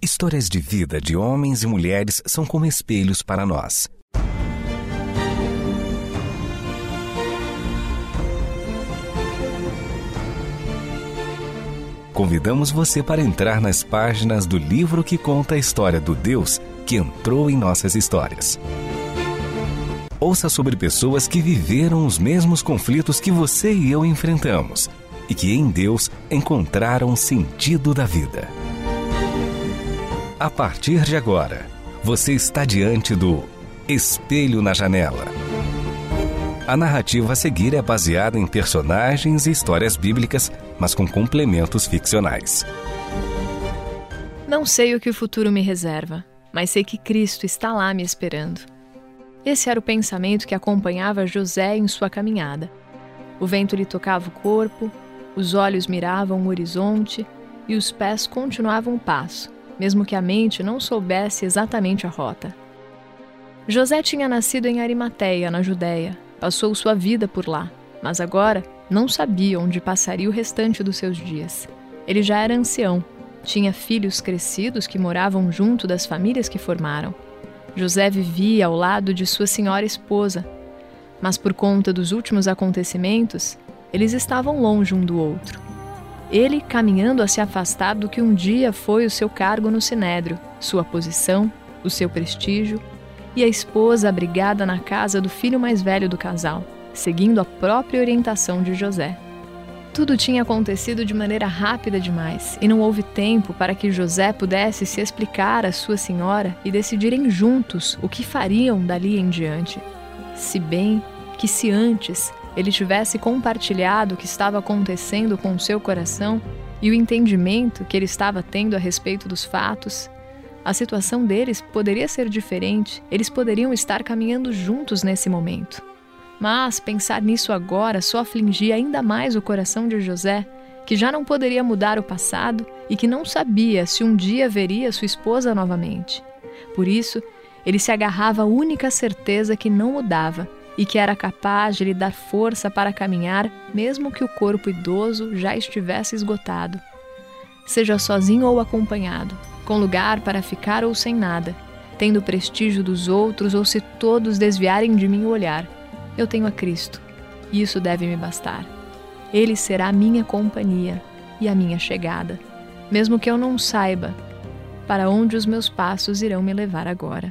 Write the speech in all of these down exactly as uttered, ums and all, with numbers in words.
Histórias de vida de homens e mulheres são como espelhos para nós. Convidamos você para entrar nas páginas do livro que conta a história do Deus que entrou em nossas histórias. Ouça sobre pessoas que viveram os mesmos conflitos que você e eu enfrentamos e que em Deus encontraram o sentido da vida. A partir de agora, você está diante do Espelho na Janela. A narrativa a seguir é baseada em personagens e histórias bíblicas, mas com complementos ficcionais. Não sei o que o futuro me reserva, mas sei que Cristo está lá me esperando. Esse era o pensamento que acompanhava José em sua caminhada. O vento lhe tocava o corpo, os olhos miravam o horizonte e os pés continuavam o passo, mesmo que a mente não soubesse exatamente a rota. José tinha nascido em Arimateia, na Judéia. Passou sua vida por lá, mas agora não sabia onde passaria o restante dos seus dias. Ele já era ancião, tinha filhos crescidos que moravam junto das famílias que formaram. José vivia ao lado de sua senhora esposa, mas por conta dos últimos acontecimentos, eles estavam longe um do outro. Ele caminhando a se afastar do que um dia foi o seu cargo no Sinédrio, sua posição, o seu prestígio, e a esposa abrigada na casa do filho mais velho do casal, seguindo a própria orientação de José. Tudo tinha acontecido de maneira rápida demais, e não houve tempo para que José pudesse se explicar à sua senhora e decidirem juntos o que fariam dali em diante. Se bem que se antes ele tivesse compartilhado o que estava acontecendo com o seu coração e o entendimento que ele estava tendo a respeito dos fatos, a situação deles poderia ser diferente, eles poderiam estar caminhando juntos nesse momento. Mas pensar nisso agora só afligia ainda mais o coração de José, que já não poderia mudar o passado e que não sabia se um dia veria sua esposa novamente. Por isso, ele se agarrava à única certeza que não mudava e que era capaz de lhe dar força para caminhar, mesmo que o corpo idoso já estivesse esgotado. Seja sozinho ou acompanhado, com lugar para ficar ou sem nada, tendo o prestígio dos outros ou se todos desviarem de mim o olhar, eu tenho a Cristo, e isso deve me bastar. Ele será a minha companhia e a minha chegada, mesmo que eu não saiba para onde os meus passos irão me levar agora.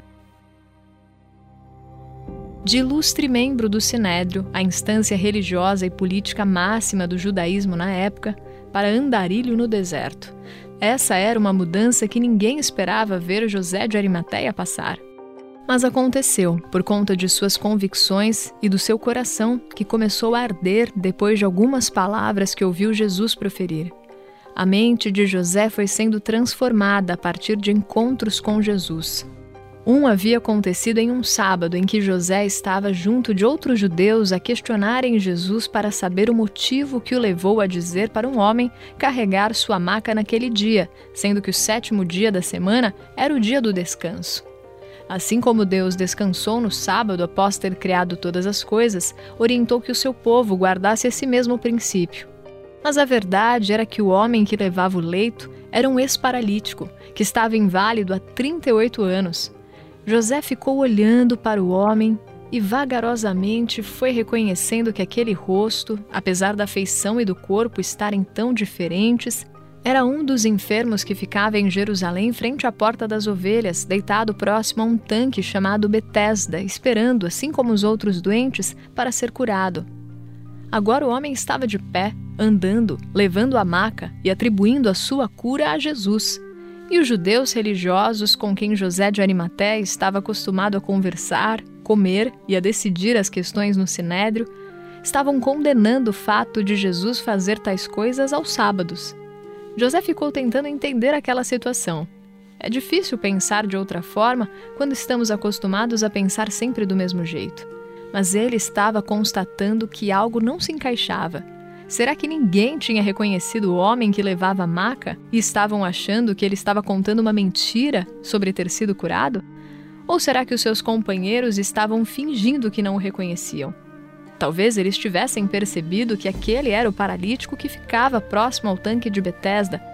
De ilustre membro do Sinédrio, a instância religiosa e política máxima do judaísmo na época, para andarilho no deserto. Essa era uma mudança que ninguém esperava ver José de Arimateia passar. Mas aconteceu, por conta de suas convicções e do seu coração, que começou a arder depois de algumas palavras que ouviu Jesus proferir. A mente de José foi sendo transformada a partir de encontros com Jesus. Um havia acontecido em um sábado em que José estava junto de outros judeus a questionarem Jesus para saber o motivo que o levou a dizer para um homem carregar sua maca naquele dia, sendo que o sétimo dia da semana era o dia do descanso. Assim como Deus descansou no sábado após ter criado todas as coisas, orientou que o seu povo guardasse esse mesmo princípio. Mas a verdade era que o homem que levava o leito era um ex-paralítico, que estava inválido há trinta e oito anos. José ficou olhando para o homem e vagarosamente foi reconhecendo que aquele rosto, apesar da feição e do corpo estarem tão diferentes, era um dos enfermos que ficava em Jerusalém frente à Porta das Ovelhas, deitado próximo a um tanque chamado Betesda, esperando, assim como os outros doentes, para ser curado. Agora o homem estava de pé, andando, levando a maca e atribuindo a sua cura a Jesus. E os judeus religiosos com quem José de Arimateia estava acostumado a conversar, comer e a decidir as questões no Sinédrio, estavam condenando o fato de Jesus fazer tais coisas aos sábados. José ficou tentando entender aquela situação. É difícil pensar de outra forma quando estamos acostumados a pensar sempre do mesmo jeito. Mas ele estava constatando que algo não se encaixava. Será que ninguém tinha reconhecido o homem que levava a maca e estavam achando que ele estava contando uma mentira sobre ter sido curado? Ou será que os seus companheiros estavam fingindo que não o reconheciam? Talvez eles tivessem percebido que aquele era o paralítico que ficava próximo ao tanque de Betesda,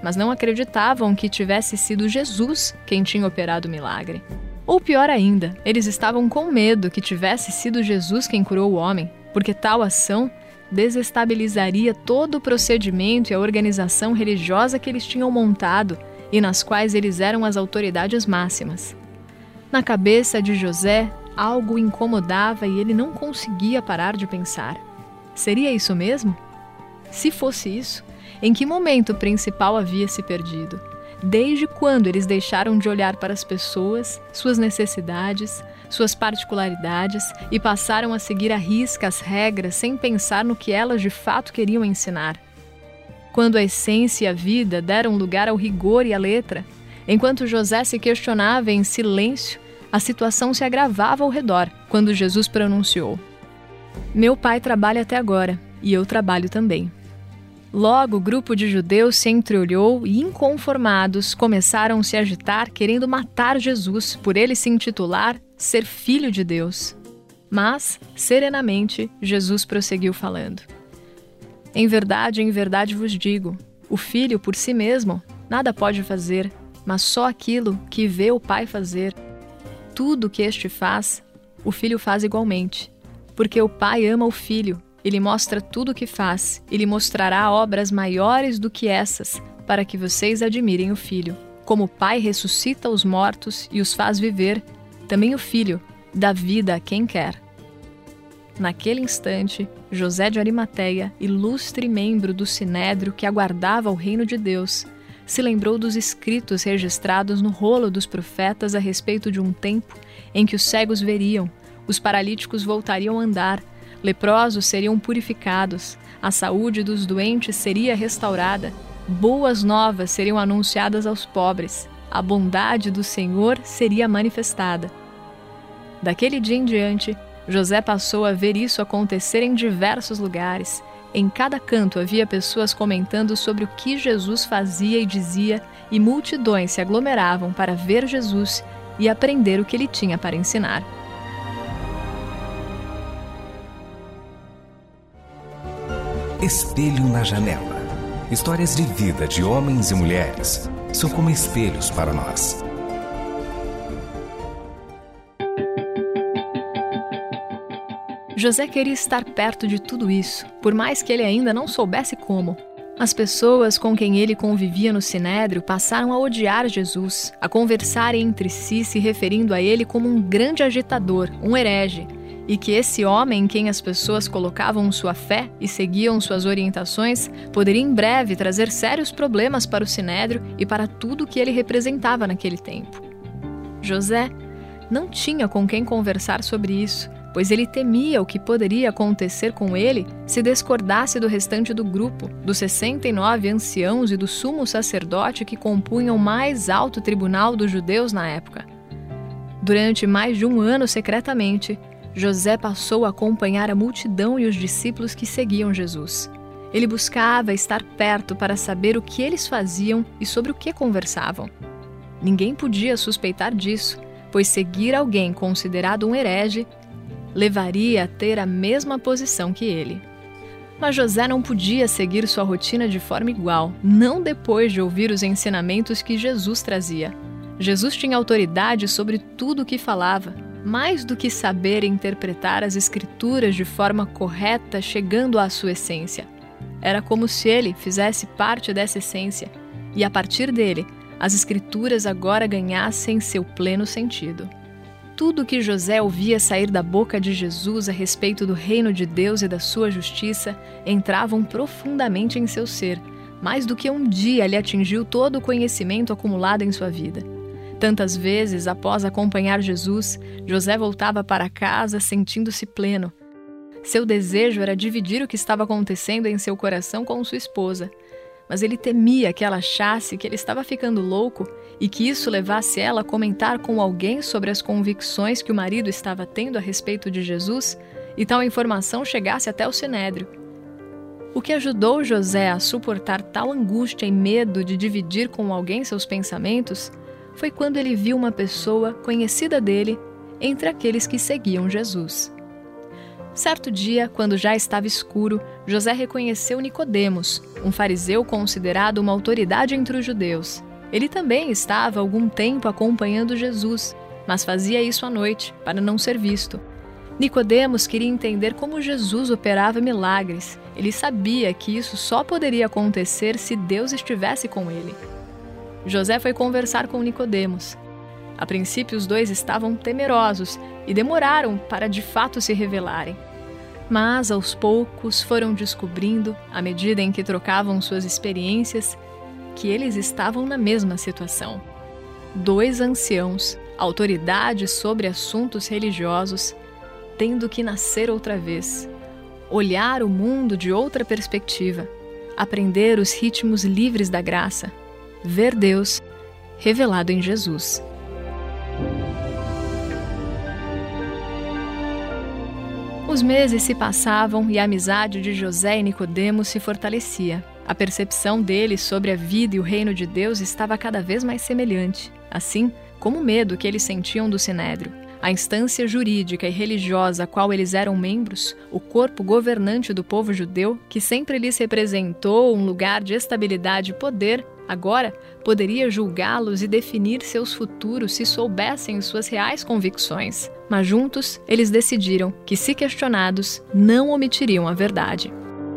mas não acreditavam que tivesse sido Jesus quem tinha operado o milagre. Ou pior ainda, eles estavam com medo que tivesse sido Jesus quem curou o homem, porque tal ação desestabilizaria todo o procedimento e a organização religiosa que eles tinham montado e nas quais eles eram as autoridades máximas. Na cabeça de José, algo o incomodava e ele não conseguia parar de pensar. Seria isso mesmo? Se fosse isso, em que momento principal havia se perdido? Desde quando eles deixaram de olhar para as pessoas, suas necessidades, suas particularidades e passaram a seguir à risca as regras sem pensar no que elas de fato queriam ensinar? Quando a essência e a vida deram lugar ao rigor e à letra, enquanto José se questionava em silêncio, a situação se agravava ao redor quando Jesus pronunciou: "Meu pai trabalha até agora, e eu trabalho também." Logo, o grupo de judeus se entreolhou e, inconformados, começaram a se agitar querendo matar Jesus por ele se intitular ser Filho de Deus. Mas, serenamente, Jesus prosseguiu falando: "Em verdade, em verdade vos digo, o Filho por si mesmo nada pode fazer, mas só aquilo que vê o Pai fazer. Tudo o que este faz, o Filho faz igualmente, porque o Pai ama o Filho. Ele mostra tudo o que faz, ele mostrará obras maiores do que essas, para que vocês admirem o Filho. Como o Pai ressuscita os mortos e os faz viver, também o Filho dá vida a quem quer." Naquele instante, José de Arimateia, ilustre membro do Sinédrio que aguardava o reino de Deus, se lembrou dos escritos registrados no rolo dos profetas a respeito de um tempo em que os cegos veriam, os paralíticos voltariam a andar, leprosos seriam purificados, a saúde dos doentes seria restaurada, boas novas seriam anunciadas aos pobres, a bondade do Senhor seria manifestada. Daquele dia em diante, José passou a ver isso acontecer em diversos lugares. Em cada canto havia pessoas comentando sobre o que Jesus fazia e dizia, e multidões se aglomeravam para ver Jesus e aprender o que ele tinha para ensinar. Espelho na janela. Histórias de vida de homens e mulheres são como espelhos para nós. José queria estar perto de tudo isso, por mais que ele ainda não soubesse como. As pessoas com quem ele convivia no Sinédrio passaram a odiar Jesus, a conversarem entre si se referindo a ele como um grande agitador, um herege, e que esse homem em quem as pessoas colocavam sua fé e seguiam suas orientações poderia em breve trazer sérios problemas para o Sinédrio e para tudo o que ele representava naquele tempo. José não tinha com quem conversar sobre isso, pois ele temia o que poderia acontecer com ele se discordasse do restante do grupo, dos sessenta e nove anciãos e do sumo sacerdote que compunham o mais alto tribunal dos judeus na época. Durante mais de um ano secretamente, José passou a acompanhar a multidão e os discípulos que seguiam Jesus. Ele buscava estar perto para saber o que eles faziam e sobre o que conversavam. Ninguém podia suspeitar disso, pois seguir alguém considerado um herege levaria a ter a mesma posição que ele. Mas José não podia seguir sua rotina de forma igual, não depois de ouvir os ensinamentos que Jesus trazia. Jesus tinha autoridade sobre tudo o que falava, mais do que saber interpretar as Escrituras de forma correta, chegando à sua essência. Era como se ele fizesse parte dessa essência, e a partir dele, as Escrituras agora ganhassem seu pleno sentido. Tudo o que José ouvia sair da boca de Jesus a respeito do reino de Deus e da sua justiça entravam profundamente em seu ser, mais do que um dia lhe atingiu todo o conhecimento acumulado em sua vida. Tantas vezes, após acompanhar Jesus, José voltava para casa sentindo-se pleno. Seu desejo era dividir o que estava acontecendo em seu coração com sua esposa, mas ele temia que ela achasse que ele estava ficando louco e que isso levasse ela a comentar com alguém sobre as convicções que o marido estava tendo a respeito de Jesus e tal informação chegasse até o Sinédrio. O que ajudou José a suportar tal angústia e medo de dividir com alguém seus pensamentos foi quando ele viu uma pessoa conhecida dele entre aqueles que seguiam Jesus. Certo dia, quando já estava escuro, José reconheceu Nicodemos, um fariseu considerado uma autoridade entre os judeus. Ele também estava há algum tempo acompanhando Jesus, mas fazia isso à noite, para não ser visto. Nicodemos queria entender como Jesus operava milagres. Ele sabia que isso só poderia acontecer se Deus estivesse com ele. José foi conversar com Nicodemos. A princípio, os dois estavam temerosos e demoraram para de fato se revelarem. Mas, aos poucos, foram descobrindo, à medida em que trocavam suas experiências, que eles estavam na mesma situação. Dois anciãos, autoridades sobre assuntos religiosos, tendo que nascer outra vez, olhar o mundo de outra perspectiva, aprender os ritmos livres da graça, ver Deus revelado em Jesus. Os meses se passavam e a amizade de José e Nicodemos se fortalecia. A percepção deles sobre a vida e o reino de Deus estava cada vez mais semelhante, assim como o medo que eles sentiam do Sinédrio. A instância jurídica e religiosa a qual eles eram membros, o corpo governante do povo judeu, que sempre lhes representou um lugar de estabilidade e poder, agora poderia julgá-los e definir seus futuros se soubessem suas reais convicções. Mas juntos, eles decidiram que, se questionados, não omitiriam a verdade.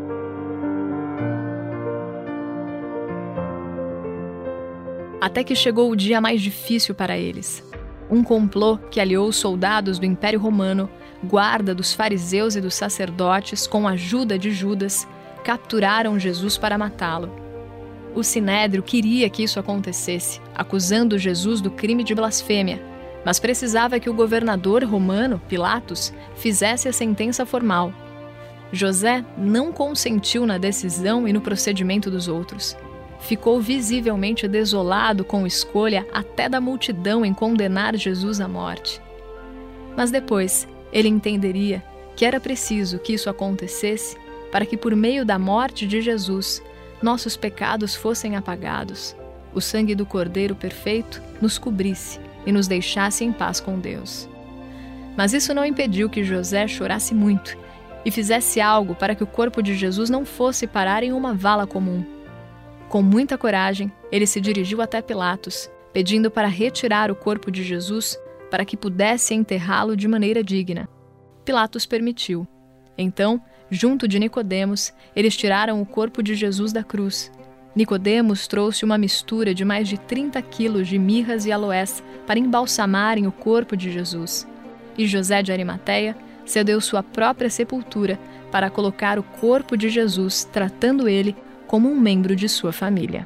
Até que chegou o dia mais difícil para eles. Um complô que aliou os soldados do Império Romano, guarda dos fariseus e dos sacerdotes, com a ajuda de Judas, capturaram Jesus para matá-lo. O Sinédrio queria que isso acontecesse, acusando Jesus do crime de blasfêmia, mas precisava que o governador romano, Pilatos, fizesse a sentença formal. José não consentiu na decisão e no procedimento dos outros. Ficou visivelmente desolado com a escolha até da multidão em condenar Jesus à morte. Mas depois, ele entenderia que era preciso que isso acontecesse para que, por meio da morte de Jesus, nossos pecados fossem apagados, o sangue do Cordeiro perfeito nos cobrisse e nos deixasse em paz com Deus. Mas isso não impediu que José chorasse muito e fizesse algo para que o corpo de Jesus não fosse parar em uma vala comum. Com muita coragem, ele se dirigiu até Pilatos, pedindo para retirar o corpo de Jesus para que pudesse enterrá-lo de maneira digna. Pilatos permitiu. Então, junto de Nicodemos, eles tiraram o corpo de Jesus da cruz. Nicodemos trouxe uma mistura de mais de trinta quilos de mirras e aloés para embalsamarem o corpo de Jesus. E José de Arimateia cedeu sua própria sepultura para colocar o corpo de Jesus, tratando ele como um membro de sua família.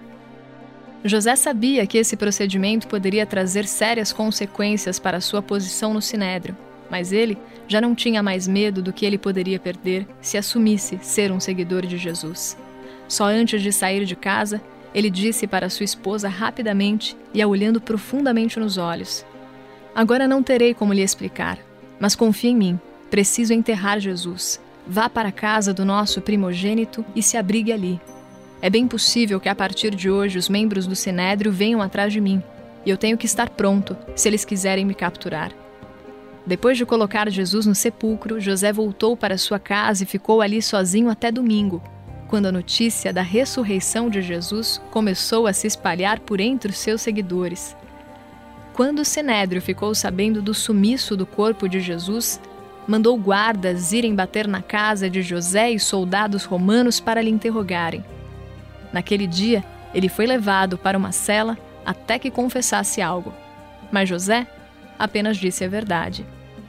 José sabia que esse procedimento poderia trazer sérias consequências para sua posição no Sinédrio, mas ele já não tinha mais medo do que ele poderia perder se assumisse ser um seguidor de Jesus. Só antes de sair de casa, ele disse para sua esposa rapidamente e a olhando profundamente nos olhos: "Agora não terei como lhe explicar, mas confie em mim, preciso enterrar Jesus. Vá para a casa do nosso primogênito e se abrigue ali. É bem possível que a partir de hoje os membros do Sinédrio venham atrás de mim, e eu tenho que estar pronto se eles quiserem me capturar." Depois de colocar Jesus no sepulcro, José voltou para sua casa e ficou ali sozinho até domingo, quando a notícia da ressurreição de Jesus começou a se espalhar por entre os seus seguidores. Quando o Sinédrio ficou sabendo do sumiço do corpo de Jesus, mandou guardas irem bater na casa de José e soldados romanos para lhe interrogarem. Naquele dia, ele foi levado para uma cela até que confessasse algo. Mas José apenas disse a verdade.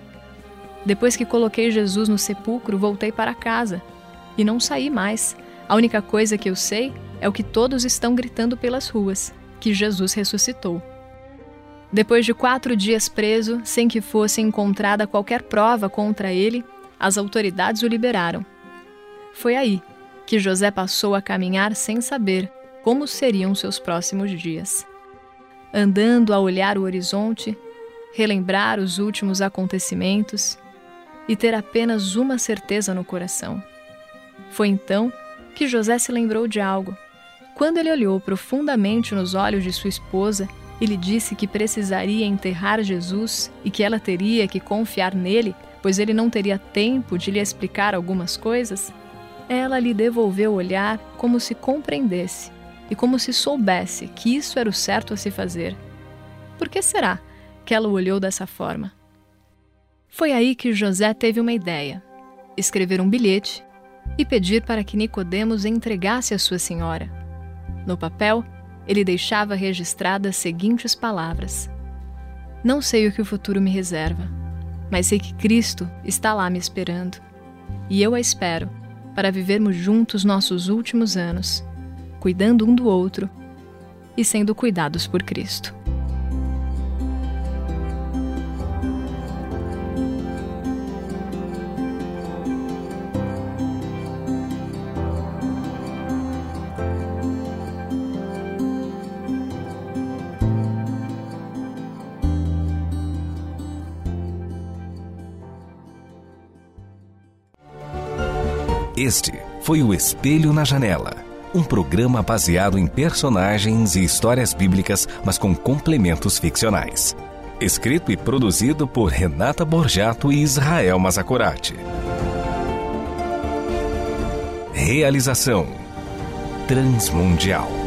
"Depois que coloquei Jesus no sepulcro, voltei para casa e não saí mais. A única coisa que eu sei é o que todos estão gritando pelas ruas, que Jesus ressuscitou." Depois de quatro dias preso, sem que fosse encontrada qualquer prova contra ele, as autoridades o liberaram. Foi aí que José passou a caminhar sem saber como seriam seus próximos dias. Andando a olhar o horizonte, relembrar os últimos acontecimentos e ter apenas uma certeza no coração. Foi então que José se lembrou de algo. Quando ele olhou profundamente nos olhos de sua esposa e lhe disse que precisaria enterrar Jesus e que ela teria que confiar nele pois ele não teria tempo de lhe explicar algumas coisas, ela lhe devolveu o olhar como se compreendesse e como se soubesse que isso era o certo a se fazer. Por que será que ela o olhou dessa forma? Foi aí que José teve uma ideia: escrever um bilhete e pedir para que Nicodemos entregasse a sua senhora. No papel, ele deixava registradas as seguintes palavras: não sei o que o futuro me reserva, mas sei que Cristo está lá me esperando, e eu a espero para vivermos juntos nossos últimos anos, cuidando um do outro e sendo cuidados por Cristo. Este foi o Espelho na Janela, um programa baseado em personagens e histórias bíblicas, mas com complementos ficcionais. Escrito e produzido por Renata Borjato e Israel Mazakorati. Realização Transmundial.